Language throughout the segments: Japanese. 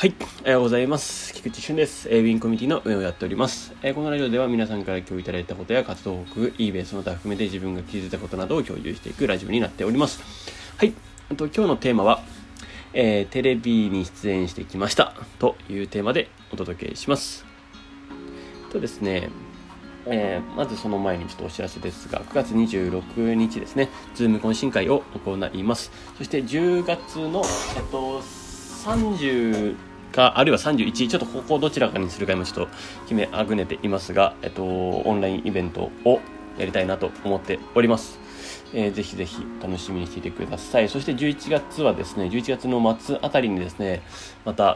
はい、おはようございます。菊池俊です。ウィンコミュニティの運営をやっております。このラジオでは皆さんから共有いただいたことや活動報告、eBay その他含めて自分が気づいたことなどを共有していくラジオになっております。はい、今日のテーマは、テレビに出演してきましたというテーマでお届けします。とですね、まずその前にちょっとお知らせですが、9月26日ですね、ズーム懇親会を行います。そして10月の、30かあるいは31、ちょっとここどちらかにするか今ちょっと決めあぐねていますが、オンラインイベントをやりたいなと思っております。ぜひぜひ楽しみにしていてください。そして11月はですね、11月の末あたりにですね、また、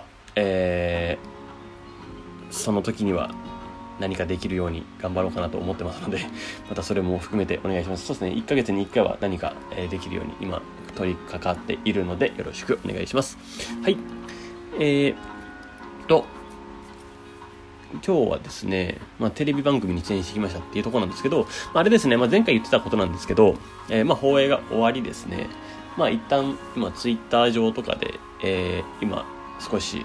その時には何かできるように頑張ろうかなと思ってますので、またそれも含めてお願いします。そうですね、1ヶ月に1回は何かできるように今取り掛かっているのでよろしくお願いします。はい。今日はですね、テレビ番組に出演してきましたっていうところなんですけど、あれですね、前回言ってたことなんですけど、放映が終わりですね、一旦今ツイッター上とかで、今少し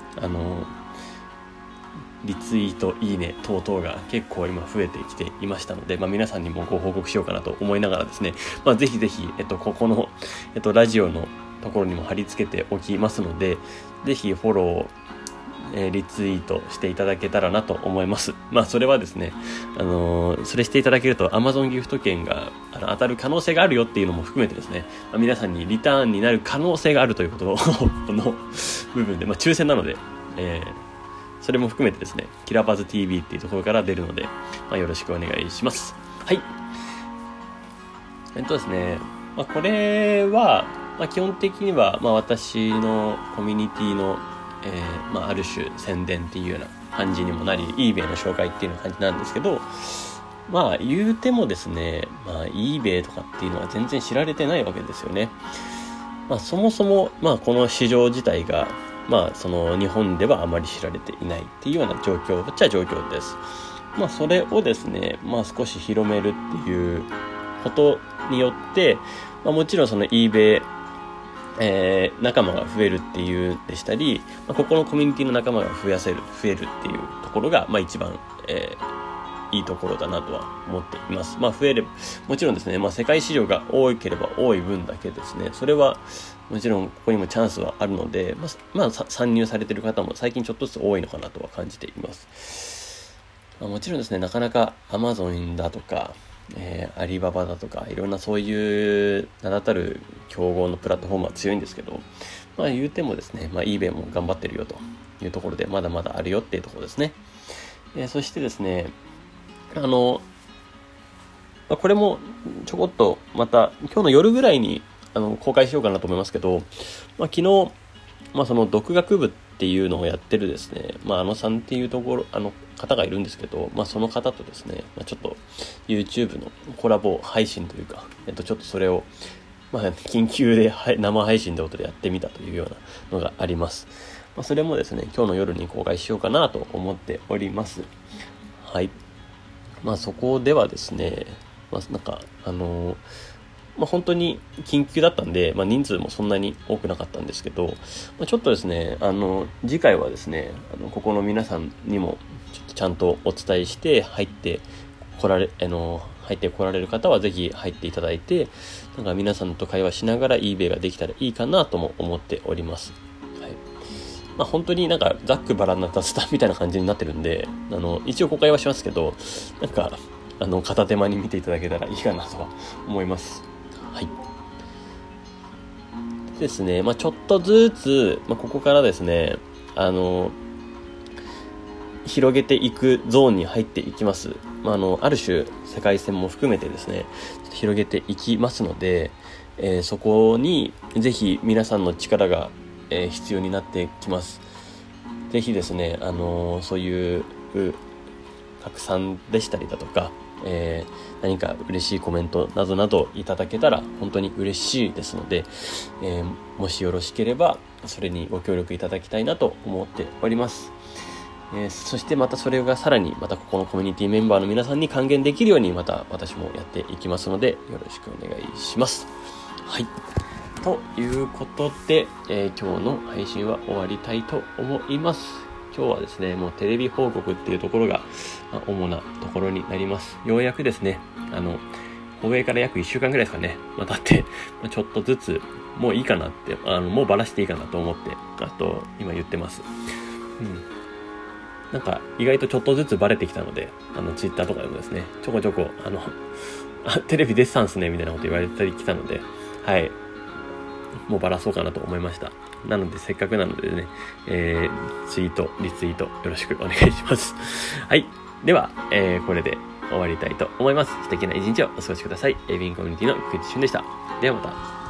リツイート、いいね等々が結構今増えてきていましたので、皆さんにもご報告しようかなと思いながらですね、ぜひぜひ、ここの、ラジオのところにも貼り付けておきますので、ぜひフォロー、リツイートしていただけたらなと思います。それはですね、それしていただけると Amazon ギフト券が当たる可能性があるよっていうのも含めてですね、皆さんにリターンになる可能性があるということのこの部分で、抽選なので、それも含めてですね、キラパズ TV っていうところから出るので、よろしくお願いします。はい。ですね、これは、基本的には、私のコミュニティの、ある種宣伝っていうような感じにもなり、eBay の紹介っていうような感じなんですけど、言うてもですね、eBay とかっていうのは全然知られてないわけですよね。そもそも、この市場自体が、その日本ではあまり知られていないっていうような状況っちゃ状況です。それをですね、少し広めるっていうことによって、もちろんその eBay、仲間が増えるっていうでしたり、ここのコミュニティの仲間が増えるっていうところが、一番、いいところだなとは思っています。増えれば、もちろんですね、世界市場が多ければ多い分だけですね、それはもちろんここにもチャンスはあるので、参入されている方も最近ちょっとずつ多いのかなとは感じています。もちろんですね、なかなか Amazon だとか、アリババだとかいろんなそういう名だたる競合のプラットフォームは強いんですけど、言うてもですね、eBay も頑張ってるよというところでまだまだあるよっていうところですね。そしてですね、これもちょこっとまた今日の夜ぐらいに公開しようかなと思いますけど、昨日、その独学部っていうのをやってるですね、さんっていうところ、方がいるんですけど、その方とですね、ちょっと YouTube のコラボ配信というか、ちょっとそれを、緊急で生配信ということでやってみたというようなのがあります。それもですね、今日の夜に公開しようかなと思っております。はい。そこではですね、本当に緊急だったんで、人数もそんなに多くなかったんですけど、ちょっとですね、次回はですね、ここの皆さんにもちゃんとお伝えして入ってこられる方はぜひ入っていただいて、皆さんと会話しながら eBay ができたらいいかなとも思っております。はい。本当にざっくばらんな雑談みたいな感じになってるんで、一応公開はしますけど、片手間に見ていただけたらいいかなとは思います。はい。ですね、ちょっとずつ、ここからですね、広げていくゾーンに入っていきます。ある種世界線も含めてですね、広げていきますので、そこにぜひ皆さんの力が、必要になってきます。ぜひですね、そういう拡散でしたりだとか、何か嬉しいコメントなどなどいただけたら本当に嬉しいですので、もしよろしければそれにご協力いただきたいなと思っております。そしてまたそれがさらにまたここのコミュニティメンバーの皆さんに還元できるようにまた私もやっていきますのでよろしくお願いします。はい。 ということで、今日の配信は終わりたいと思います。今日はですね、もうテレビ報告っていうところが、主なところになります。ようやくですね、放映から約1週間ぐらいですかね、経って、ちょっとずつ、もういいかなって、もうバラしていいかなと思って、今言ってます。なんか、意外とちょっとずつバレてきたので、ツイッターとかでもですね、ちょこちょこ、テレビ出てたんすね、みたいなこと言われたり来たので、はい。もうバラそうかなと思いました。なので、せっかくなのでね、ツイート、リツイートよろしくお願いします。はい。では、これで終わりたいと思います。素敵な一日をお過ごしください。ビンコミュニティの菊池俊でした。ではまた。